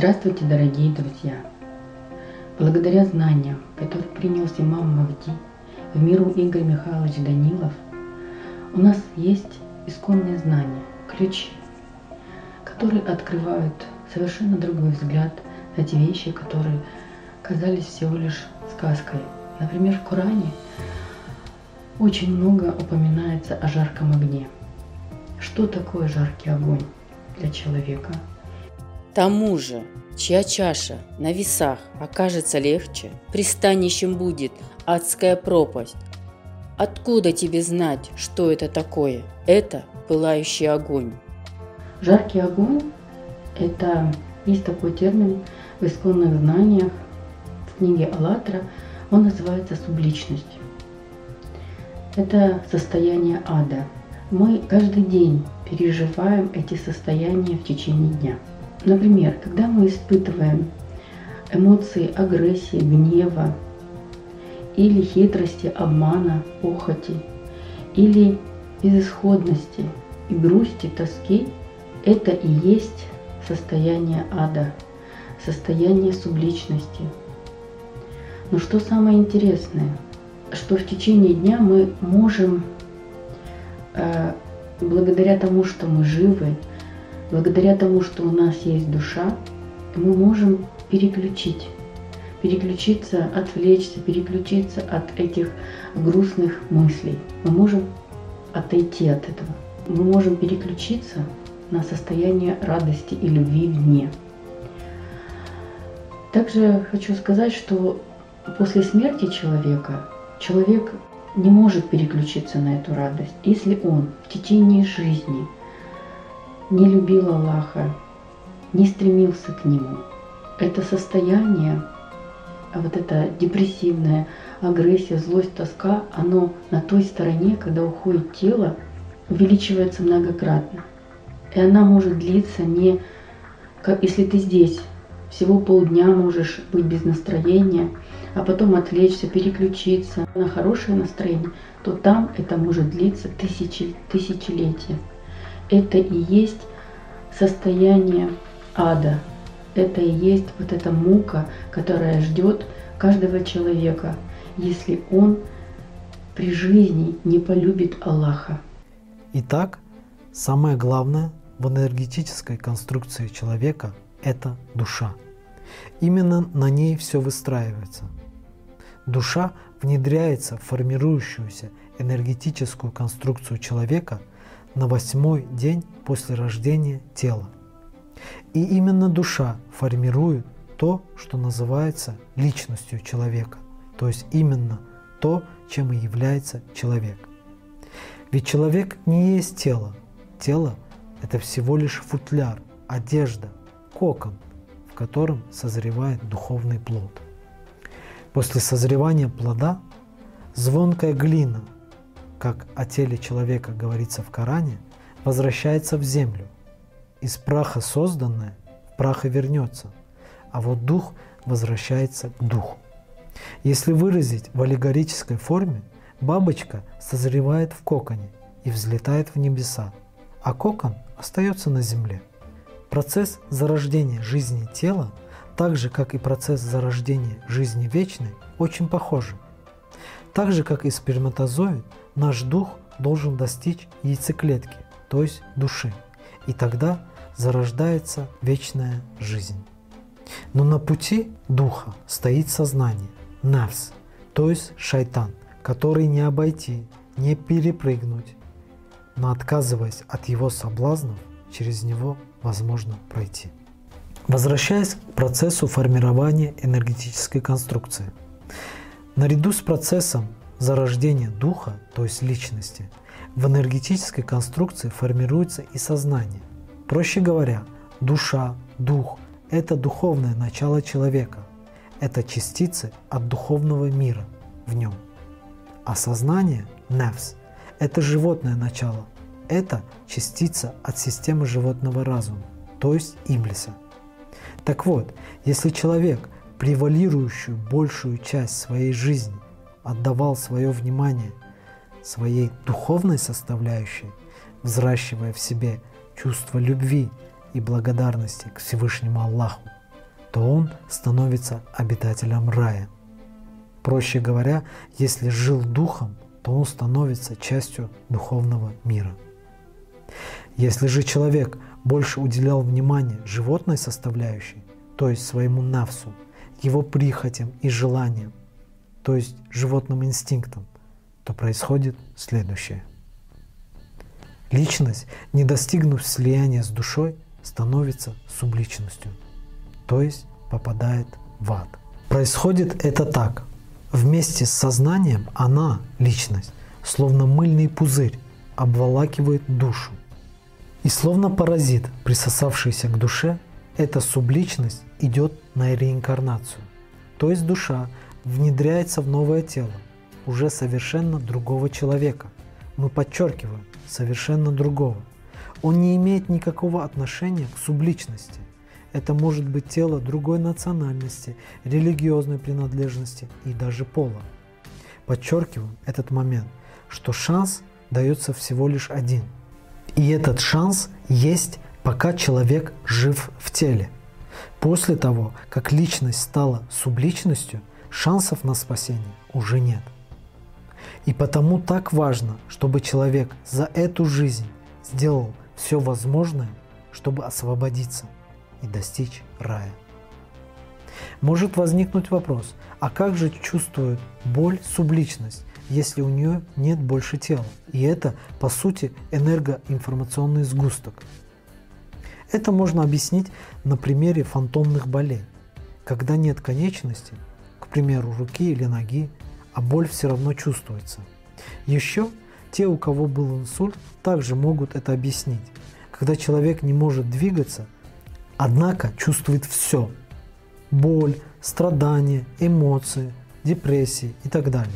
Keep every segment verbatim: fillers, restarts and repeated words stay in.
Здравствуйте, дорогие друзья! Благодаря знаниям, которые принес имам Махди в миру Игорь Михайлович Данилов, у нас есть исконные знания, ключи, которые открывают совершенно другой взгляд на те вещи, которые казались всего лишь сказкой. Например, в Коране очень много упоминается о жарком огне. Что такое жаркий огонь для человека? Тому же, чья чаша на весах окажется легче, пристанищем будет адская пропасть. Откуда тебе знать, что это такое? Это пылающий огонь. Жаркий огонь – это есть такой термин в исконных знаниях, в книге «АЛЛАТРА», он называется субличностью. Это состояние ада. Мы каждый день переживаем эти состояния в течение дня. Например, когда мы испытываем эмоции агрессии, гнева, или хитрости, обмана, похоти, или безысходности и грусти, тоски, это и есть состояние ада, состояние субличности. Но что самое интересное, что в течение дня мы можем, э, благодаря тому, что мы живы, благодаря тому, что у нас есть душа, мы можем переключить, переключиться, отвлечься, переключиться от этих грустных мыслей. Мы можем отойти от этого. Мы можем переключиться на состояние радости и любви в дне. Также хочу сказать, что после смерти человека, человек не может переключиться на эту радость, если он в течение жизни не любил Аллаха, не стремился к Нему. Это состояние, вот эта депрессивная агрессия, злость, тоска, оно на той стороне, когда уходит тело, увеличивается многократно. И она может длиться не, как если ты здесь всего полдня можешь быть без настроения, а потом отвлечься, переключиться на хорошее настроение, то там это может длиться тысячи, тысячелетия. Это и есть состояние ада. Это и есть вот эта мука, которая ждет каждого человека, если он при жизни не полюбит Аллаха. Итак, самое главное в энергетической конструкции человека – это душа. Именно на ней все выстраивается. Душа внедряется в формирующуюся энергетическую конструкцию человека на восьмой день после рождения тела. И именно душа формирует то, что называется личностью человека, то есть именно то, чем и является человек. Ведь человек не есть тело. Тело – это всего лишь футляр, одежда, кокон, в котором созревает духовный плод. После созревания плода звонкая глина, как о теле человека говорится в Коране, возвращается в землю. Из праха созданное в прах и вернется, а вот дух возвращается к духу. Если выразить в аллегорической форме, бабочка созревает в коконе и взлетает в небеса, а кокон остается на земле. Процесс зарождения жизни тела, так же как и процесс зарождения жизни вечной, очень похожи. Так же как и сперматозоид, наш дух должен достичь яйцеклетки, то есть души, и тогда зарождается вечная жизнь. Но на пути духа стоит сознание, нафс, то есть шайтан, который не обойти, не перепрыгнуть, но отказываясь от его соблазнов, через него возможно пройти. Возвращаясь к процессу формирования энергетической конструкции. Наряду с процессом зарождения духа, то есть личности, в энергетической конструкции формируется и сознание. Проще говоря, душа, дух – это духовное начало человека, это частицы от духовного мира в нем. А сознание, нефс, это животное начало, это частица от системы животного разума, то есть Иблиса. Так вот, если человек превалирующую большую часть своей жизни отдавал свое внимание своей духовной составляющей, взращивая в себе чувство любви и благодарности к Всевышнему Аллаху, то он становится обитателем рая. Проще говоря, если жил духом, то он становится частью духовного мира. Если же человек больше уделял внимание животной составляющей, то есть своему нафсу, его прихотям и желаниям, то есть животным инстинктам, то происходит следующее. Личность, не достигнув слияния с душой, становится субличностью, то есть попадает в ад. Происходит это так. Вместе с сознанием она, личность, словно мыльный пузырь, обволакивает душу. И словно паразит, присосавшийся к душе, эта субличность идет на реинкарнацию. То есть душа внедряется в новое тело, уже совершенно другого человека. Мы подчеркиваем, совершенно другого. Он не имеет никакого отношения к субличности. Это может быть тело другой национальности, религиозной принадлежности и даже пола. Подчеркиваем этот момент, что шанс дается всего лишь один. И этот шанс есть, пока человек жив в теле. После того, как личность стала субличностью, шансов на спасение уже нет. И потому так важно, чтобы человек за эту жизнь сделал все возможное, чтобы освободиться и достичь рая. Может возникнуть вопрос, а как же чувствует боль субличность, если у нее нет больше тела? И это, по сути, энергоинформационный сгусток. Это можно объяснить на примере фантомных болей. Когда нет конечности, к примеру, руки или ноги, а боль все равно чувствуется. Еще те, у кого был инсульт, также могут это объяснить. Когда человек не может двигаться, однако чувствует все. Боль, страдания, эмоции, депрессии и так далее.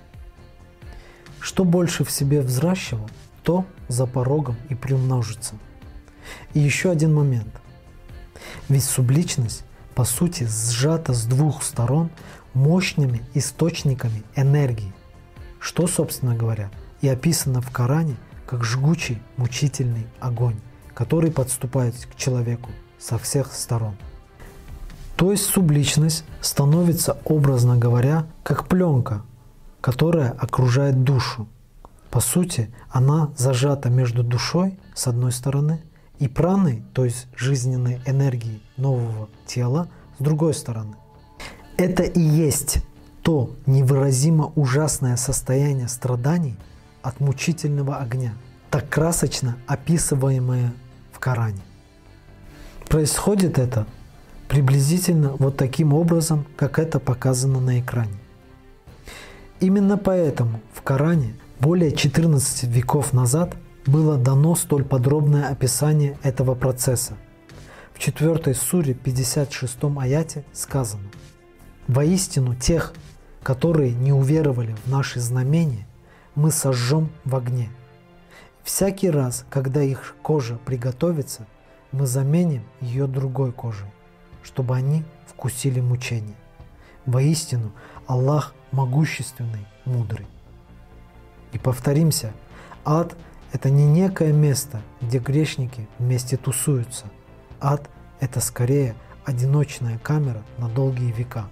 Что больше в себе взращивал, то за порогом и приумножится. И еще один момент. Ведь субличность, по сути, сжата с двух сторон мощными источниками энергии, что, собственно говоря, и описано в Коране как жгучий, мучительный огонь, который подступает к человеку со всех сторон. То есть субличность становится, образно говоря, как пленка, которая окружает душу. По сути, она зажата между душой с одной стороны и праной, то есть жизненной энергией нового тела, с другой стороны. Это и есть то невыразимо ужасное состояние страданий от мучительного огня, так красочно описываемое в Коране. Происходит это приблизительно вот таким образом, как это показано на экране. Именно поэтому в Коране более четырнадцати веков назад было дано столь подробное описание этого процесса. В четвёртой суре пятьдесят шестом аяте сказано: «Воистину тех, которые не уверовали в наши знамения, мы сожжем в огне. Всякий раз, когда их кожа приготовится, мы заменим ее другой кожей, чтобы они вкусили мучения. Воистину Аллах могущественный, мудрый». И повторимся, ад – это не некое место, где грешники вместе тусуются. Ад – это скорее одиночная камера на долгие века.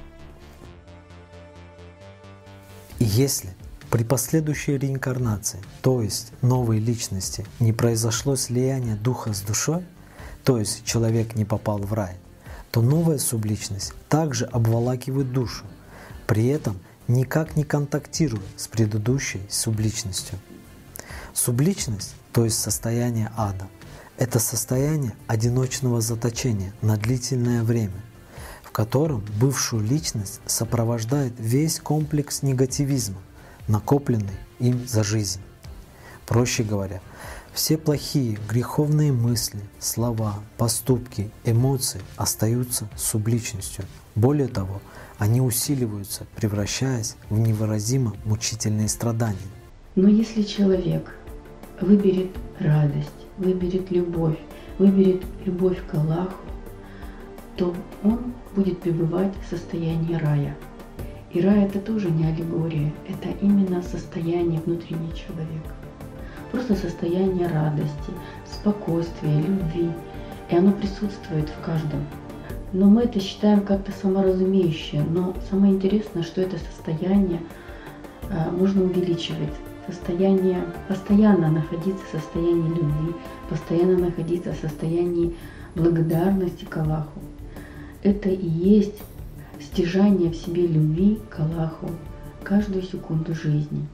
И если при последующей реинкарнации, то есть новой личности, не произошло слияние духа с душой, то есть человек не попал в рай, то новая субличность также обволакивает душу, при этом никак не контактируя с предыдущей субличностью. Субличность, то есть состояние ада, это состояние одиночного заточения на длительное время, в котором бывшую личность сопровождает весь комплекс негативизма, накопленный им за жизнь. Проще говоря, все плохие греховные мысли, слова, поступки, эмоции остаются субличностью. Более того, они усиливаются, превращаясь в невыразимо мучительные страдания. Но если человек выберет радость, выберет любовь, выберет любовь к Аллаху, то он будет пребывать в состоянии рая. И рай – это тоже не аллегория, это именно состояние внутреннего человека. Просто состояние радости, спокойствия, любви. И оно присутствует в каждом. Но мы это считаем как-то саморазумеющее. Но самое интересное, что это состояние э, можно увеличивать. Состояние, постоянно находиться в состоянии любви, постоянно находиться в состоянии благодарности к Аллаху. Это и есть стяжание в себе любви к Аллаху каждую секунду жизни.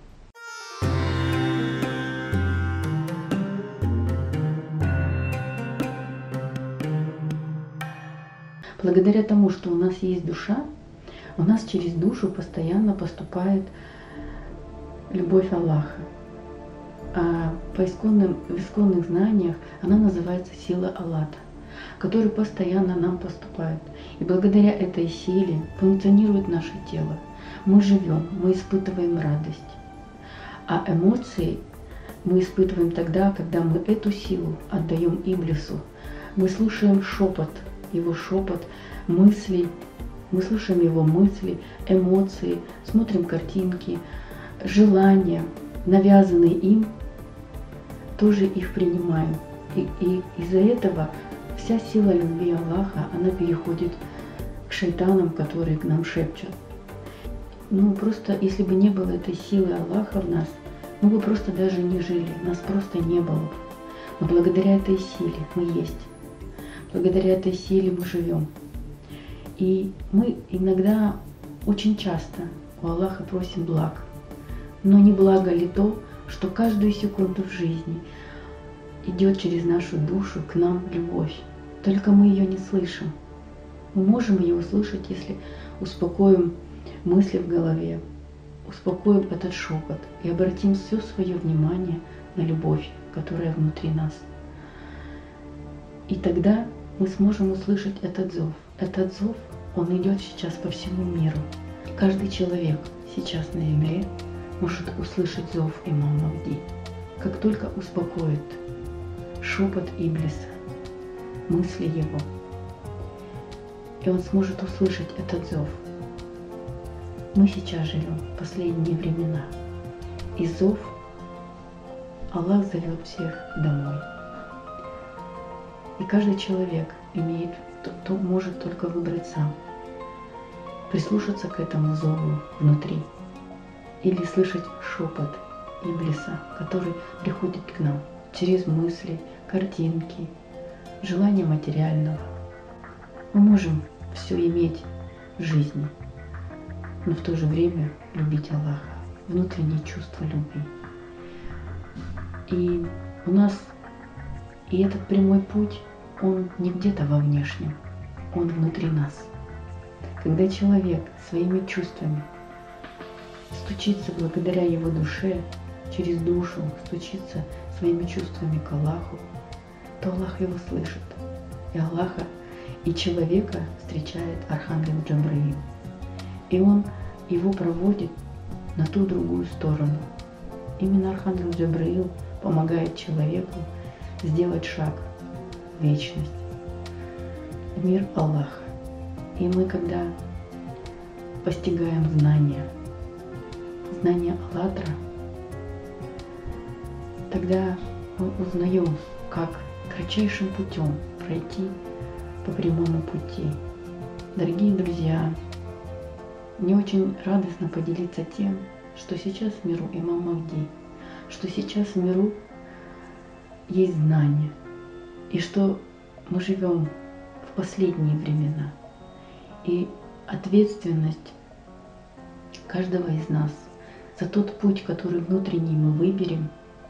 Благодаря тому, что у нас есть душа, у нас через душу постоянно поступает любовь Аллаха. А по исконным, в исконных знаниях она называется сила Аллата, которая постоянно нам поступает. И благодаря этой силе функционирует наше тело. Мы живем, мы испытываем радость. А эмоции мы испытываем тогда, когда мы эту силу отдаем Иблису. Мы слушаем шепот, его шепот, мысли, мы слушаем его мысли, эмоции, смотрим картинки, желания, навязанные им, тоже их принимаем. И, и из-за этого вся сила любви Аллаха, она переходит к шайтанам, которые к нам шепчут. Ну, просто, если бы не было этой силы Аллаха в нас, мы бы просто даже не жили, нас просто не было бы. Но благодаря этой силе мы есть. Благодаря этой силе мы живем. И мы иногда, очень часто у Аллаха просим благ. Но не благо ли то, что каждую секунду в жизни идет через нашу душу к нам любовь. Только мы ее не слышим. Мы можем ее услышать, если успокоим мысли в голове, успокоим этот шепот и обратим все свое внимание на любовь, которая внутри нас. И тогда мы сможем услышать этот зов. Этот зов, он идет сейчас по всему миру. Каждый человек сейчас на земле может услышать зов имама Махди, как только успокоит шепот Иблиса, мысли его. И он сможет услышать этот зов. Мы сейчас живем в последние времена. И зов Аллах зовет всех домой. И каждый человек имеет, кто может только выбрать сам, прислушаться к этому зову внутри или слышать шепот Иблиса, который приходит к нам через мысли, картинки, желания материального. Мы можем все иметь в жизни, но в то же время любить Аллаха, внутреннее чувство любви. И у нас и этот прямой путь, он не где-то во внешнем, он внутри нас. Когда человек своими чувствами стучится благодаря его душе, через душу стучится своими чувствами к Аллаху, то Аллах его слышит. И Аллаха, и человека встречает архангел Джабраил. И он его проводит на ту другую сторону. Именно архангел Джабраил помогает человеку сделать шаг в вечность, в мир Аллаха. И мы, когда постигаем знания, знания Аллатра, тогда мы узнаем, как кратчайшим путем пройти по прямому пути. Дорогие друзья, мне очень радостно поделиться тем, что сейчас в миру имам Махди, что сейчас в миру есть знания, и что мы живем в последние времена. И ответственность каждого из нас за тот путь, который внутренний мы выберем,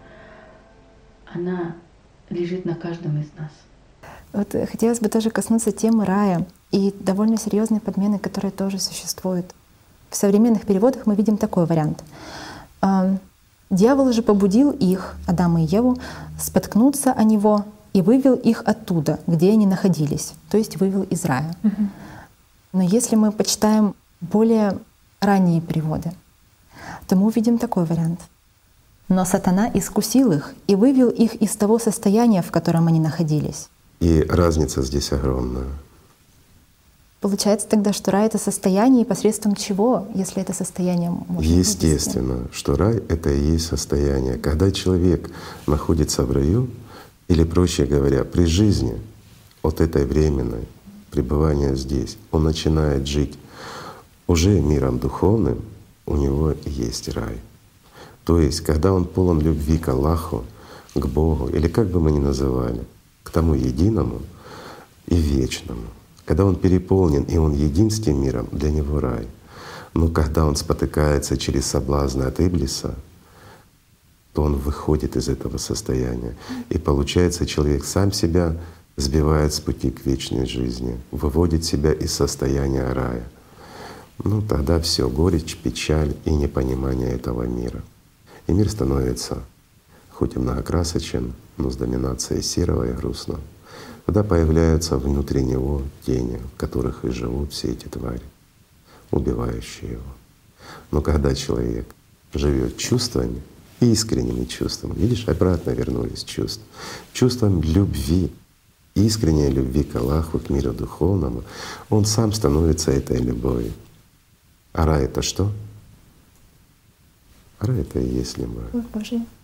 она лежит на каждом из нас. Вот хотелось бы тоже коснуться темы рая и довольно серьезной подмены, которая тоже существует. В современных переводах мы видим такой вариант. «Дьявол же побудил их, Адама и Еву, споткнуться о него и вывел их оттуда, где они находились», то есть вывел из рая. Угу. Но если мы почитаем более ранние переводы, то мы увидим такой вариант. «Но сатана искусил их и вывел их из того состояния, в котором они находились». И разница здесь огромная. Получается тогда, что рай — это состояние, и посредством чего, если это состояние можно Естественно, вывести? Что рай — это и есть состояние. Когда человек находится в раю, или, проще говоря, при жизни, от этой временной, пребывания здесь, он начинает жить уже миром духовным, у него есть рай. То есть, когда он полон любви к Аллаху, к Богу, или как бы мы ни называли, к тому единому и вечному, когда он переполнен и он един с тем миром, для него рай. Но когда он спотыкается через соблазны от Иблиса, то он выходит из этого состояния. И получается, человек сам себя сбивает с пути к вечной жизни, выводит себя из состояния рая. Ну тогда все, горечь, печаль и непонимание этого мира. И мир становится хоть и многокрасочен, но с доминацией серого и грустного. Тогда появляются внутри него тени, в которых и живут все эти твари, убивающие его. Но когда человек живет чувствами, искренними чувствами, видишь, обратно вернулись чувства, чувством любви, искренней любви к Аллаху, к миру духовному, он сам становится этой любовью. А рай — это что? Рай — это и есть любовь. Божий.